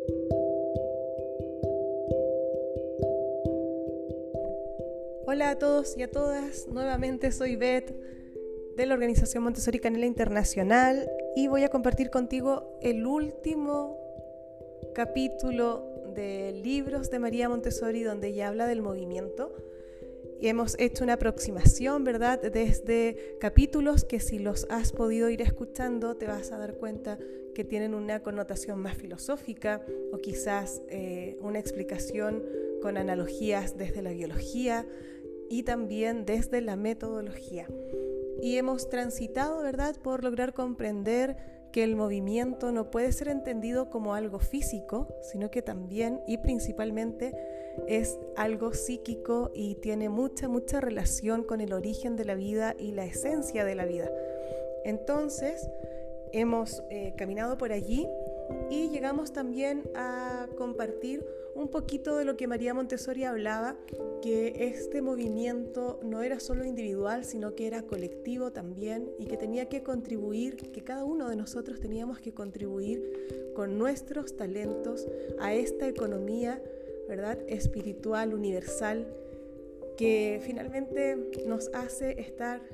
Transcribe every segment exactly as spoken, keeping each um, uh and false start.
Hola a todos y a todas, nuevamente soy Beth de la Organización Montessori Canela Internacional y voy a compartir contigo el último capítulo de Libros de María Montessori, donde ella habla del movimiento. Y hemos hecho una aproximación, ¿verdad?, desde capítulos que, si los has podido ir escuchando, te vas a dar cuenta que tienen una connotación más filosófica o quizás eh, una explicación con analogías desde la biología y también desde la metodología. Y hemos transitado, ¿verdad?, por lograr comprender que el movimiento no puede ser entendido como algo físico, sino que también y principalmente es algo psíquico y tiene mucha, mucha relación con el origen de la vida y la esencia de la vida. Entonces, hemos eh, caminado por allí y llegamos también a compartir un poquito de lo que María Montessori hablaba, que este movimiento no era solo individual, sino que era colectivo también y que tenía que contribuir, que cada uno de nosotros teníamos que contribuir con nuestros talentos a esta economía, ¿verdad?, espiritual, universal, que finalmente nos hace estar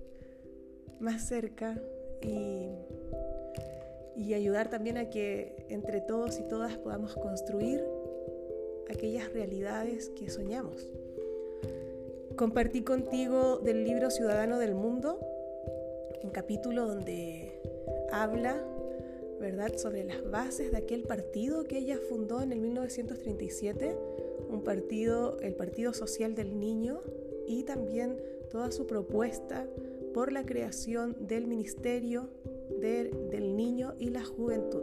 más cerca y, y ayudar también a que entre todos y todas podamos construir aquellas realidades que soñamos. Compartí contigo del libro Ciudadano del Mundo, un capítulo donde habla, ¿verdad?, sobre las bases de aquel partido que ella fundó en el mil novecientos treinta y siete, un partido, el Partido Social del Niño, y también toda su propuesta por la creación del Ministerio de, del Niño y la Juventud.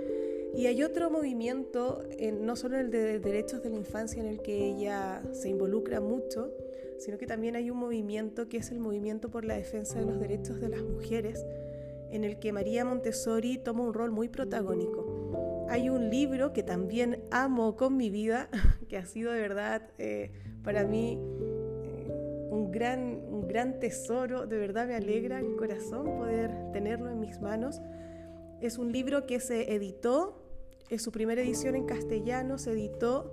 Y hay otro movimiento, eh, no solo el de derechos de la infancia, en el que ella se involucra mucho, sino que también hay un movimiento que es el movimiento por la defensa de los derechos de las mujeres, en el que María Montessori toma un rol muy protagónico. Hay un libro que también amo con mi vida, que ha sido de verdad eh, para mí eh, un, gran, un gran tesoro, de verdad me alegra el corazón poder tenerlo en mis manos. Es un libro que se editó, es su primera edición en castellano, se editó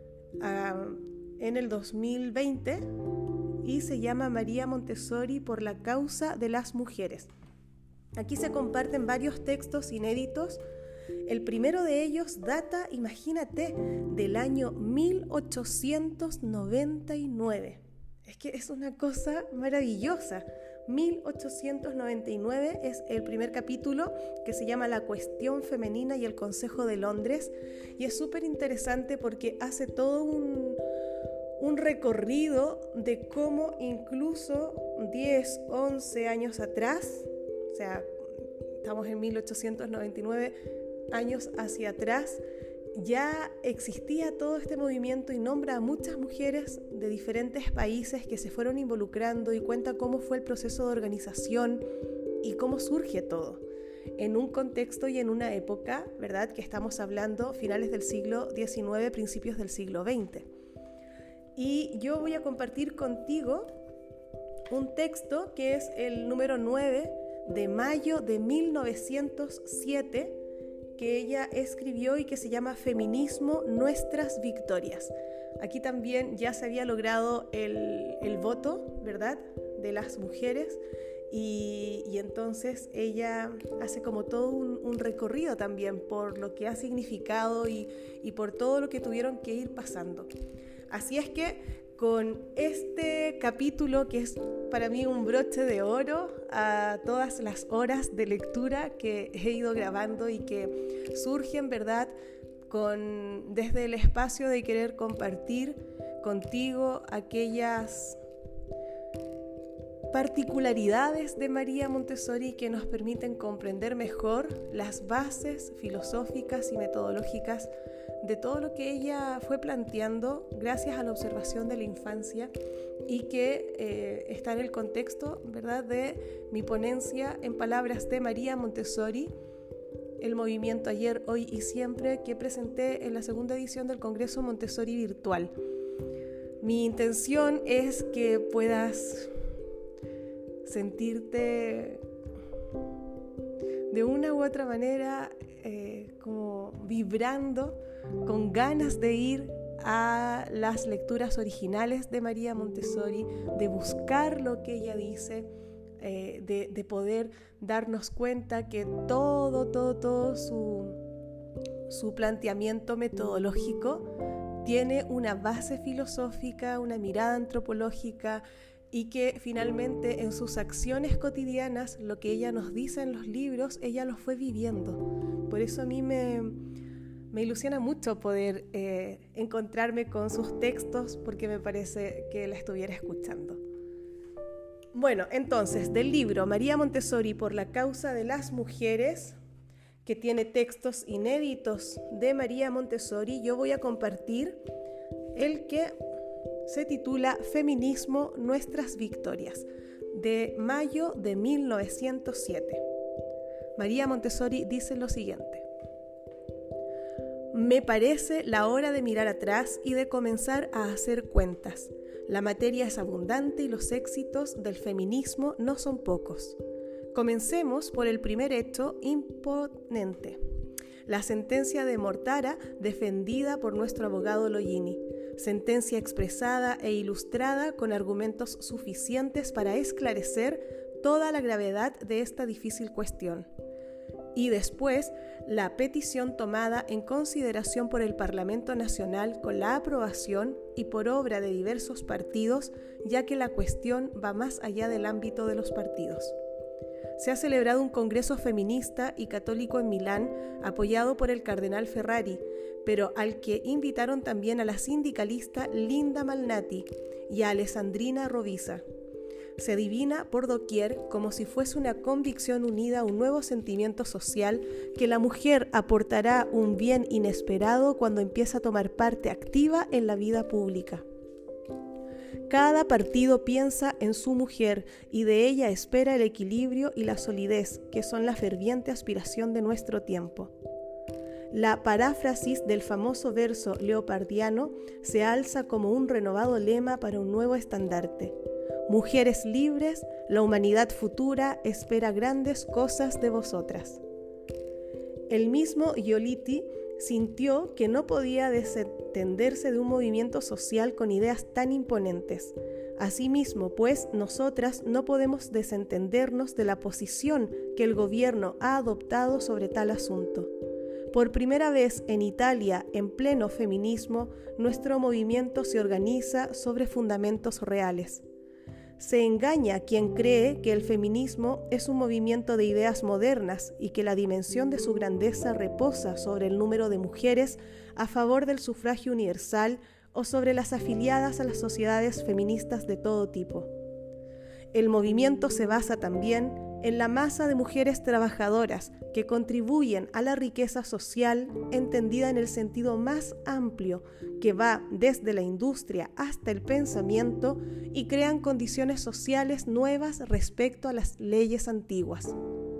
uh, en el dos mil veinte y se llama María Montessori por la causa de las mujeres. Aquí se comparten varios textos inéditos. El primero de ellos data, imagínate, del año mil ochocientos noventa y nueve. Es que es una cosa maravillosa. mil ochocientos noventa y nueve es el primer capítulo, que se llama La cuestión femenina y el Consejo de Londres, y es súper interesante porque hace todo un, un recorrido de cómo incluso diez, once años atrás, o sea, estamos en mil ochocientos noventa y nueve, años hacia atrás, ya existía todo este movimiento y nombra a muchas mujeres de diferentes países que se fueron involucrando y cuenta cómo fue el proceso de organización y cómo surge todo en un contexto y en una época, ¿verdad?, que estamos hablando finales del siglo diecinueve, principios del siglo veinte. Y yo voy a compartir contigo un texto que es el número nueve de mayo de mil novecientos siete, que ella escribió y que se llama Feminismo, nuestras victorias. Aquí también ya se había logrado el, el voto, ¿verdad?, de las mujeres, y, y entonces ella hace como todo un, un recorrido también por lo que ha significado y, y por todo lo que tuvieron que ir pasando. Así es que con este capítulo, que es para mí un broche de oro a todas las horas de lectura que he ido grabando y que surgen, ¿verdad?, con, desde el espacio de querer compartir contigo aquellas particularidades de María Montessori que nos permiten comprender mejor las bases filosóficas y metodológicas de todo lo que ella fue planteando gracias a la observación de la infancia y que eh, está en el contexto, ¿verdad?, de mi ponencia en palabras de María Montessori, el movimiento ayer, hoy y siempre, que presenté en la segunda edición del Congreso Montessori Virtual. Mi intención es que puedas sentirte de una u otra manera eh, como vibrando, con ganas de ir a las lecturas originales de María Montessori, de buscar lo que ella dice, eh, de, de poder darnos cuenta que todo, todo, todo su, su planteamiento metodológico tiene una base filosófica, una mirada antropológica, y que finalmente en sus acciones cotidianas, lo que ella nos dice en los libros, ella lo fue viviendo. Por eso a mí me, me ilusiona mucho poder eh, encontrarme con sus textos, porque me parece que la estuviera escuchando. Bueno, entonces, del libro María Montessori por la causa de las mujeres, que tiene textos inéditos de María Montessori, yo voy a compartir el que se titula Feminismo, nuestras victorias, de mayo de mil novecientos siete. María Montessori dice lo siguiente: me parece la hora de mirar atrás y de comenzar a hacer cuentas. La materia es abundante y los éxitos del feminismo no son pocos. Comencemos por el primer hecho imponente: la sentencia de Mortara defendida por nuestro abogado Lollini. Sentencia expresada e ilustrada con argumentos suficientes para esclarecer toda la gravedad de esta difícil cuestión. Y después, la petición tomada en consideración por el Parlamento Nacional con la aprobación y por obra de diversos partidos, ya que la cuestión va más allá del ámbito de los partidos. Se ha celebrado un congreso feminista y católico en Milán, apoyado por el cardenal Ferrari, pero al que invitaron también a la sindicalista Linda Malnati y a Alessandrina Rovisa. Se adivina por doquier como si fuese una convicción unida a un nuevo sentimiento social que la mujer aportará un bien inesperado cuando empieza a tomar parte activa en la vida pública. Cada partido piensa en su mujer y de ella espera el equilibrio y la solidez, que son la ferviente aspiración de nuestro tiempo. La paráfrasis del famoso verso leopardiano se alza como un renovado lema para un nuevo estandarte. Mujeres libres, la humanidad futura espera grandes cosas de vosotras. El mismo Giolitti sintió que no podía desentenderse de un movimiento social con ideas tan imponentes. Asimismo, pues, nosotras no podemos desentendernos de la posición que el gobierno ha adoptado sobre tal asunto. Por primera vez en Italia, en pleno feminismo, nuestro movimiento se organiza sobre fundamentos reales. Se engaña quien cree que el feminismo es un movimiento de ideas modernas y que la dimensión de su grandeza reposa sobre el número de mujeres a favor del sufragio universal o sobre las afiliadas a las sociedades feministas de todo tipo. El movimiento se basa también en la masa de mujeres trabajadoras que contribuyen a la riqueza social entendida en el sentido más amplio, que va desde la industria hasta el pensamiento y crean condiciones sociales nuevas respecto a las leyes antiguas.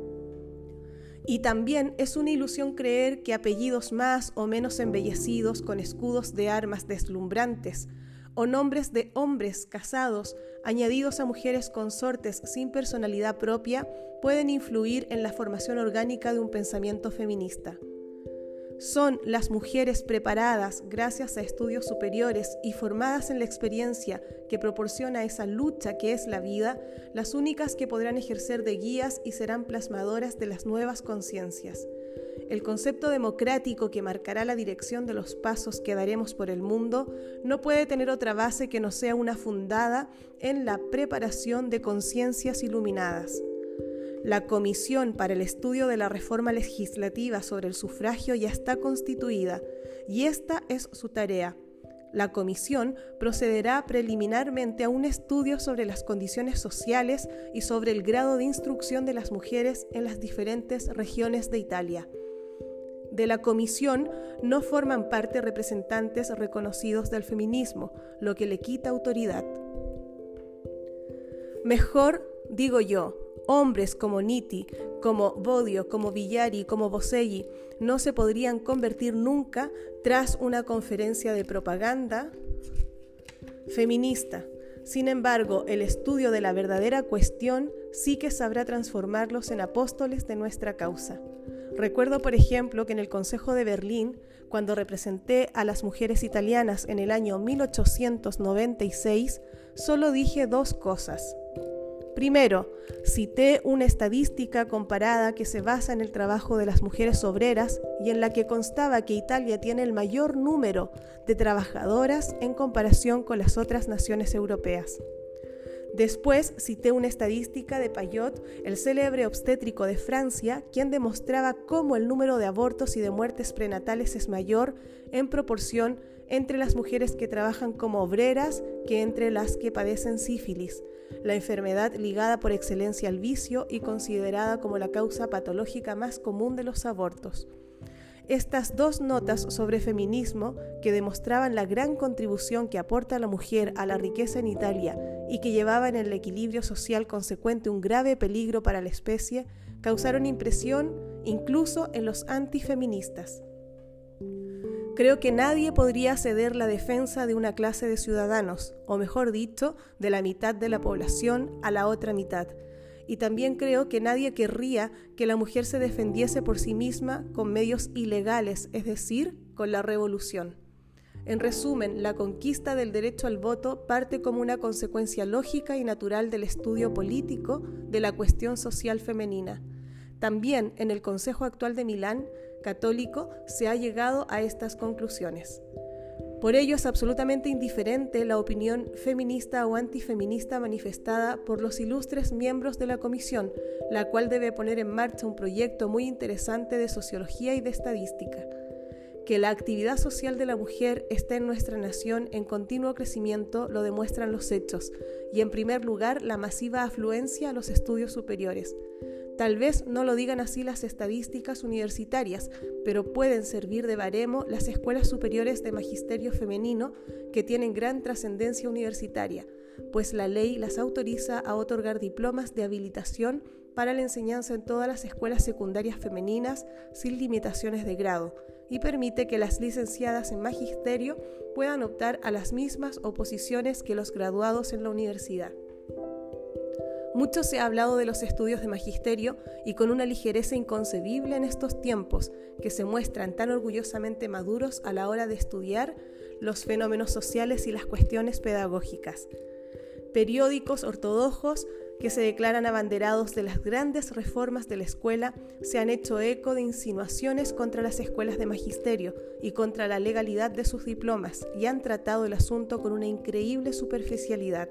Y también es una ilusión creer que apellidos más o menos embellecidos con escudos de armas deslumbrantes o nombres de hombres casados añadidos a mujeres consortes sin personalidad propia pueden influir en la formación orgánica de un pensamiento feminista. Son las mujeres preparadas gracias a estudios superiores y formadas en la experiencia que proporciona esa lucha que es la vida, las únicas que podrán ejercer de guías y serán plasmadoras de las nuevas conciencias. El concepto democrático que marcará la dirección de los pasos que daremos por el mundo no puede tener otra base que no sea una fundada en la preparación de conciencias iluminadas. La Comisión para el Estudio de la Reforma Legislativa sobre el Sufragio ya está constituida y esta es su tarea. La Comisión procederá preliminarmente a un estudio sobre las condiciones sociales y sobre el grado de instrucción de las mujeres en las diferentes regiones de Italia. De la comisión no forman parte representantes reconocidos del feminismo, lo que le quita autoridad. Mejor, digo yo, hombres como Nitti, como Bodio, como Villari, como Boselli, no se podrían convertir nunca tras una conferencia de propaganda feminista. Sin embargo, el estudio de la verdadera cuestión sí que sabrá transformarlos en apóstoles de nuestra causa. Recuerdo, por ejemplo, que en el Consejo de Berlín, cuando representé a las mujeres italianas en el año mil ochocientos noventa y seis, solo dije dos cosas. Primero, cité una estadística comparada que se basa en el trabajo de las mujeres obreras y en la que constaba que Italia tiene el mayor número de trabajadoras en comparación con las otras naciones europeas. Después cité una estadística de Payot, el célebre obstétrico de Francia, quien demostraba cómo el número de abortos y de muertes prenatales es mayor en proporción entre las mujeres que trabajan como obreras que entre las que padecen sífilis, la enfermedad ligada por excelencia al vicio y considerada como la causa patológica más común de los abortos. Estas dos notas sobre feminismo, que demostraban la gran contribución que aporta la mujer a la riqueza en Italia y que llevaban en el equilibrio social consecuente un grave peligro para la especie, causaron impresión incluso en los antifeministas. Creo que nadie podría ceder la defensa de una clase de ciudadanos, o mejor dicho, de la mitad de la población a la otra mitad. Y también creo que nadie querría que la mujer se defendiese por sí misma con medios ilegales, es decir, con la revolución. En resumen, la conquista del derecho al voto parte como una consecuencia lógica y natural del estudio político de la cuestión social femenina. También en el Consejo actual de Milán, católico, se ha llegado a estas conclusiones. Por ello es absolutamente indiferente la opinión feminista o antifeminista manifestada por los ilustres miembros de la comisión, la cual debe poner en marcha un proyecto muy interesante de sociología y de estadística. Que la actividad social de la mujer está en nuestra nación en continuo crecimiento lo demuestran los hechos, y en primer lugar la masiva afluencia a los estudios superiores. Tal vez no lo digan así las estadísticas universitarias, pero pueden servir de baremo las escuelas superiores de magisterio femenino que tienen gran trascendencia universitaria, pues la ley las autoriza a otorgar diplomas de habilitación para la enseñanza en todas las escuelas secundarias femeninas sin limitaciones de grado y permite que las licenciadas en magisterio puedan optar a las mismas oposiciones que los graduados en la universidad. Mucho se ha hablado de los estudios de magisterio y con una ligereza inconcebible en estos tiempos, que se muestran tan orgullosamente maduros a la hora de estudiar los fenómenos sociales y las cuestiones pedagógicas. Periódicos ortodoxos que se declaran abanderados de las grandes reformas de la escuela se han hecho eco de insinuaciones contra las escuelas de magisterio y contra la legalidad de sus diplomas y han tratado el asunto con una increíble superficialidad.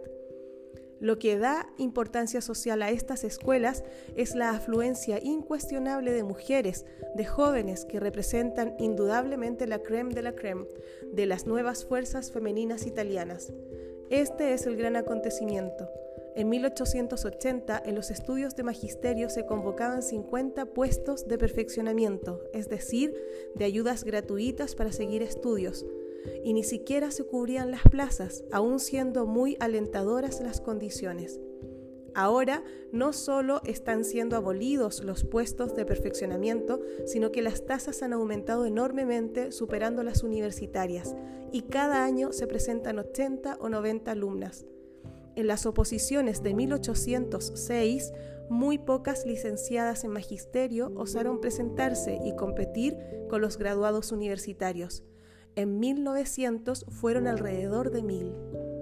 Lo que da importancia social a estas escuelas es la afluencia incuestionable de mujeres, de jóvenes que representan indudablemente la crème de la crème de las nuevas fuerzas femeninas italianas. Este es el gran acontecimiento. En mil ochocientos ochenta, en los estudios de magisterio se convocaban cincuenta puestos de perfeccionamiento, es decir, de ayudas gratuitas para seguir estudios. Y ni siquiera se cubrían las plazas, aun siendo muy alentadoras las condiciones. Ahora no solo están siendo abolidos los puestos de perfeccionamiento, sino que las tasas han aumentado enormemente, superando las universitarias, y cada año se presentan ochenta o noventa alumnas. En las oposiciones de mil ochocientos seis, muy pocas licenciadas en magisterio osaron presentarse y competir con los graduados universitarios. En mil novecientos fueron alrededor de mil.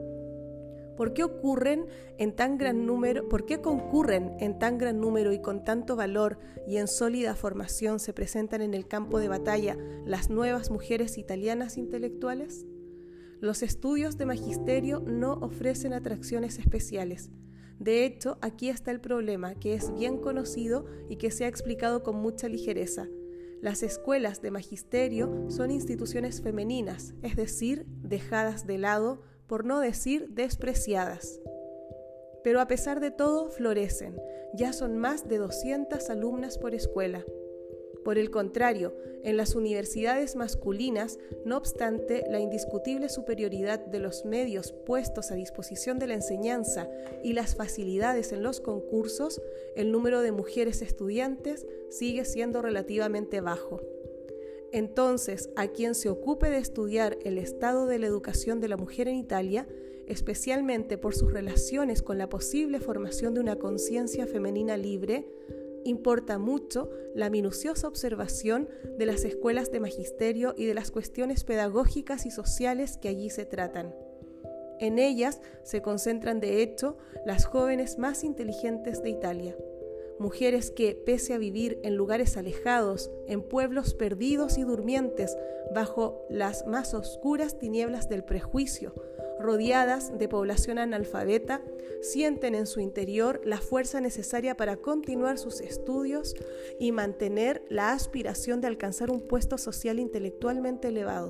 ¿Por qué ocurren en tan gran número, por qué concurren en tan gran número y con tanto valor y en sólida formación se presentan en el campo de batalla las nuevas mujeres italianas intelectuales? Los estudios de magisterio no ofrecen atracciones especiales. De hecho, aquí está el problema, que es bien conocido y que se ha explicado con mucha ligereza. Las escuelas de magisterio son instituciones femeninas, es decir, dejadas de lado, por no decir despreciadas. Pero a pesar de todo, florecen. Ya son más de doscientas alumnas por escuela. Por el contrario, en las universidades masculinas, no obstante la indiscutible superioridad de los medios puestos a disposición de la enseñanza y las facilidades en los concursos, el número de mujeres estudiantes sigue siendo relativamente bajo. Entonces, a quien se ocupe de estudiar el estado de la educación de la mujer en Italia, especialmente por sus relaciones con la posible formación de una conciencia femenina libre, Importa mucho la minuciosa observación de las escuelas de magisterio y de las cuestiones pedagógicas y sociales que allí se tratan. En ellas se concentran, de hecho, las jóvenes más inteligentes de Italia. Mujeres que, pese a vivir en lugares alejados, en pueblos perdidos y durmientes, bajo las más oscuras tinieblas del prejuicio, rodeadas de población analfabeta, sienten en su interior la fuerza necesaria para continuar sus estudios y mantener la aspiración de alcanzar un puesto social intelectualmente elevado.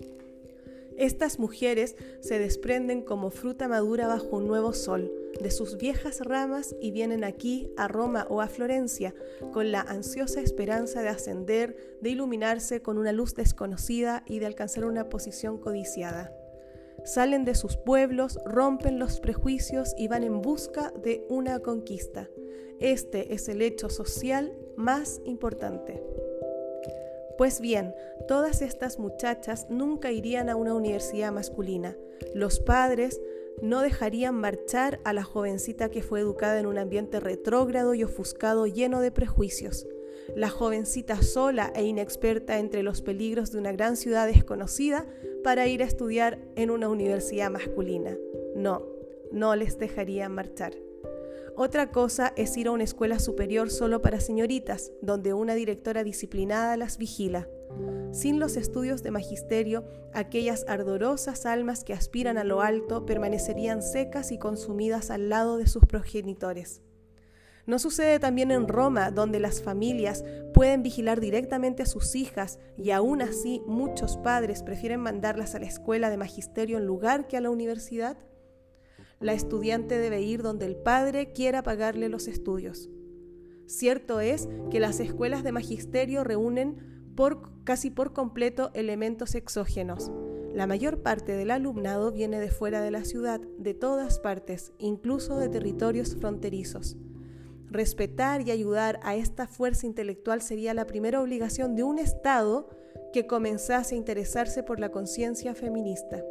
Estas mujeres se desprenden como fruta madura bajo un nuevo sol de sus viejas ramas y vienen aquí, a Roma o a Florencia, con la ansiosa esperanza de ascender, de iluminarse con una luz desconocida y de alcanzar una posición codiciada. Salen de sus pueblos, rompen los prejuicios y van en busca de una conquista. Este es el hecho social más importante. Pues bien, todas estas muchachas nunca irían a una universidad masculina. Los padres no dejarían marchar a la jovencita que fue educada en un ambiente retrógrado y ofuscado lleno de prejuicios. La jovencita sola e inexperta entre los peligros de una gran ciudad desconocida para ir a estudiar en una universidad masculina. No, no les dejarían marchar. Otra cosa es ir a una escuela superior solo para señoritas, donde una directora disciplinada las vigila. Sin los estudios de magisterio, aquellas ardorosas almas que aspiran a lo alto permanecerían secas y consumidas al lado de sus progenitores. ¿No sucede también en Roma, donde las familias pueden vigilar directamente a sus hijas y aún así muchos padres prefieren mandarlas a la escuela de magisterio en lugar que a la universidad? La estudiante debe ir donde el padre quiera pagarle los estudios. Cierto es que las escuelas de magisterio reúnen por, casi por completo elementos exógenos. La mayor parte del alumnado viene de fuera de la ciudad, de todas partes, incluso de territorios fronterizos. Respetar y ayudar a esta fuerza intelectual sería la primera obligación de un Estado que comenzase a interesarse por la conciencia feminista.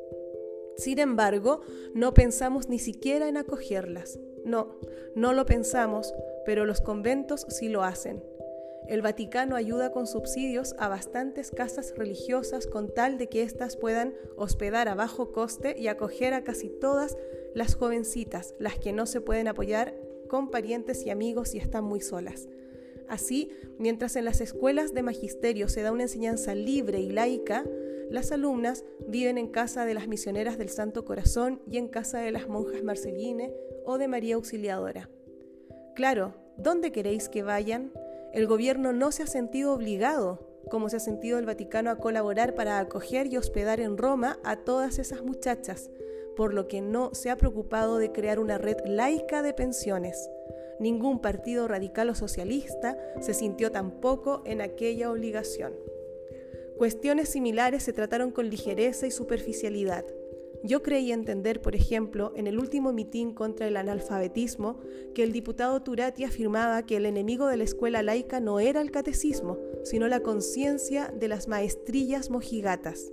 Sin embargo, no pensamos ni siquiera en acogerlas. No, no lo pensamos, pero los conventos sí lo hacen. El Vaticano ayuda con subsidios a bastantes casas religiosas con tal de que éstas puedan hospedar a bajo coste y acoger a casi todas las jovencitas, las que no se pueden apoyar con parientes y amigos y están muy solas. Así, mientras en las escuelas de magisterio se da una enseñanza libre y laica, las alumnas viven en casa de las misioneras del Santo Corazón y en casa de las monjas Marceline o de María Auxiliadora. Claro, ¿dónde queréis que vayan? El gobierno no se ha sentido obligado, como se ha sentido el Vaticano, a colaborar para acoger y hospedar en Roma a todas esas muchachas, por lo que no se ha preocupado de crear una red laica de pensiones. Ningún partido radical o socialista se sintió tampoco en aquella obligación. Cuestiones similares se trataron con ligereza y superficialidad. Yo creí entender, por ejemplo, en el último mitin contra el analfabetismo, que el diputado Turati afirmaba que el enemigo de la escuela laica no era el catecismo, sino la conciencia de las maestrillas mojigatas.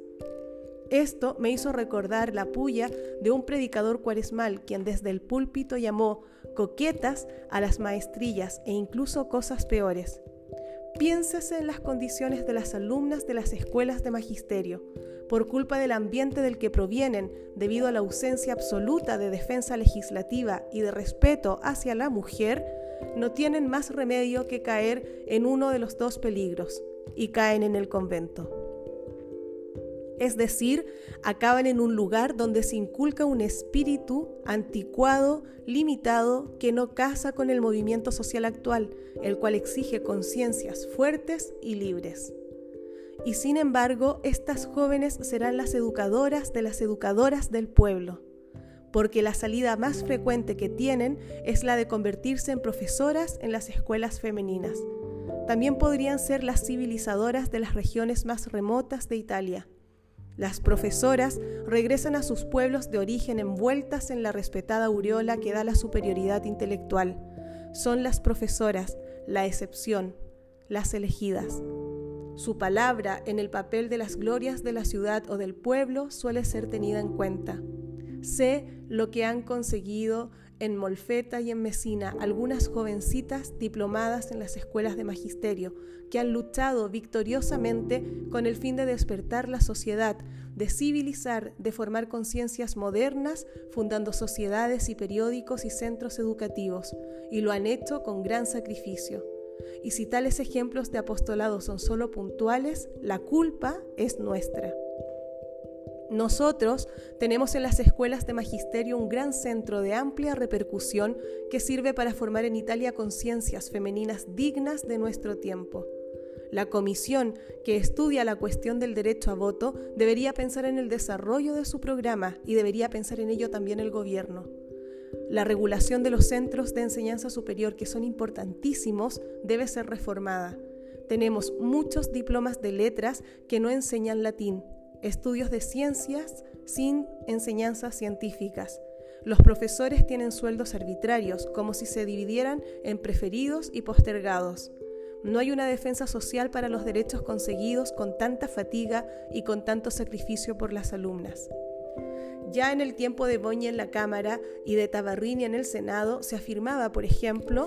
Esto me hizo recordar la puya de un predicador cuaresmal, quien desde el púlpito llamó coquetas a las maestrillas e incluso cosas peores. Piénsese en las condiciones de las alumnas de las escuelas de magisterio. Por culpa del ambiente del que provienen, debido a la ausencia absoluta de defensa legislativa y de respeto hacia la mujer, no tienen más remedio que caer en uno de los dos peligros, y caen en el convento. Es decir, acaban en un lugar donde se inculca un espíritu anticuado, limitado, que no casa con el movimiento social actual, el cual exige conciencias fuertes y libres. Y sin embargo, estas jóvenes serán las educadoras de las educadoras del pueblo, porque la salida más frecuente que tienen es la de convertirse en profesoras en las escuelas femeninas. También podrían ser las civilizadoras de las regiones más remotas de Italia. Las profesoras regresan a sus pueblos de origen envueltas en la respetada aureola que da la superioridad intelectual. Son las profesoras, la excepción, las elegidas. Su palabra en el papel de las glorias de la ciudad o del pueblo suele ser tenida en cuenta. Sé lo que han conseguido en Molfetta y en Mesina algunas jovencitas diplomadas en las escuelas de magisterio que han luchado victoriosamente con el fin de despertar la sociedad, de civilizar, de formar conciencias modernas, fundando sociedades y periódicos y centros educativos, y lo han hecho con gran sacrificio. Y si tales ejemplos de apostolado son solo puntuales, la culpa es nuestra. Nosotros tenemos en las escuelas de magisterio un gran centro de amplia repercusión que sirve para formar en Italia conciencias femeninas dignas de nuestro tiempo. La comisión que estudia la cuestión del derecho a voto debería pensar en el desarrollo de su programa y debería pensar en ello también el gobierno. La regulación de los centros de enseñanza superior, que son importantísimos, debe ser reformada. Tenemos muchos diplomas de letras que no enseñan latín, estudios de ciencias sin enseñanzas científicas. Los profesores tienen sueldos arbitrarios, como si se dividieran en preferidos y postergados. No hay una defensa social para los derechos conseguidos con tanta fatiga y con tanto sacrificio por las alumnas. Ya en el tiempo de Bogni en la Cámara y de Tabarrini en el Senado se afirmaba, por ejemplo,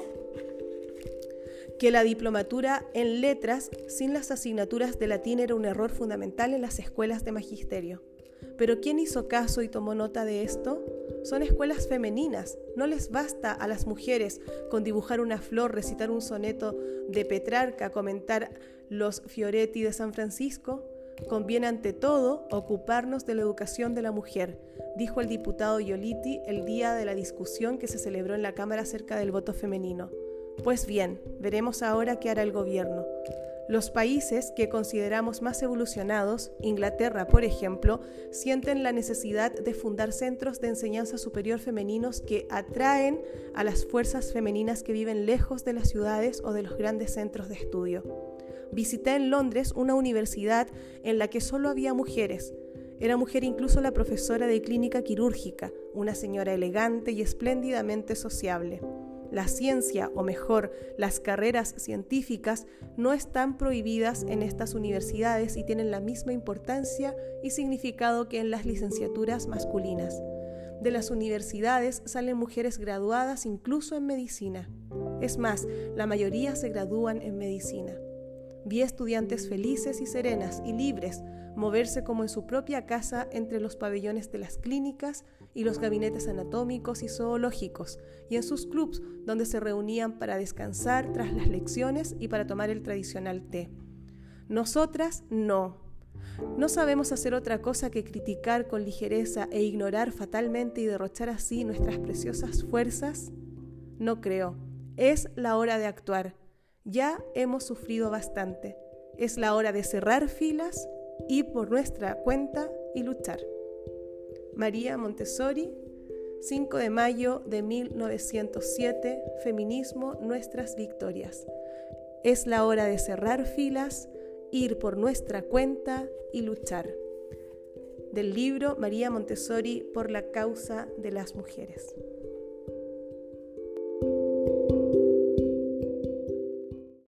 que la diplomatura en letras sin las asignaturas de latín era un error fundamental en las escuelas de magisterio. Pero ¿quién hizo caso y tomó nota de esto? Son escuelas femeninas. No les basta a las mujeres con dibujar una flor, recitar un soneto de Petrarca, comentar los Fioretti de San Francisco. Conviene ante todo ocuparnos de la educación de la mujer, dijo el diputado Ioliti el día de la discusión que se celebró en la Cámara acerca del voto femenino. Pues bien, veremos ahora qué hará el gobierno. Los países que consideramos más evolucionados, Inglaterra por ejemplo, sienten la necesidad de fundar centros de enseñanza superior femeninos que atraen a las fuerzas femeninas que viven lejos de las ciudades o de los grandes centros de estudio. Visité en Londres una universidad en la que solo había mujeres. Era mujer incluso la profesora de clínica quirúrgica, una señora elegante y espléndidamente sociable. La ciencia, o mejor, las carreras científicas, no están prohibidas en estas universidades y tienen la misma importancia y significado que en las licenciaturas masculinas. De las universidades salen mujeres graduadas incluso en medicina. Es más, la mayoría se gradúan en medicina. Vi estudiantes felices y serenas y libres moverse como en su propia casa entre los pabellones de las clínicas y los gabinetes anatómicos y zoológicos, y en sus clubs donde se reunían para descansar tras las lecciones y para tomar el tradicional té. Nosotras no. ¿No sabemos hacer otra cosa que criticar con ligereza e ignorar fatalmente y derrochar así nuestras preciosas fuerzas? No creo. Es la hora de actuar. Ya hemos sufrido bastante. Es la hora de cerrar filas, ir por nuestra cuenta y luchar. María Montessori, cinco de mayo de mil novecientos siete, Feminismo, nuestras victorias. Es la hora de cerrar filas, ir por nuestra cuenta y luchar. Del libro María Montessori por la causa de las mujeres.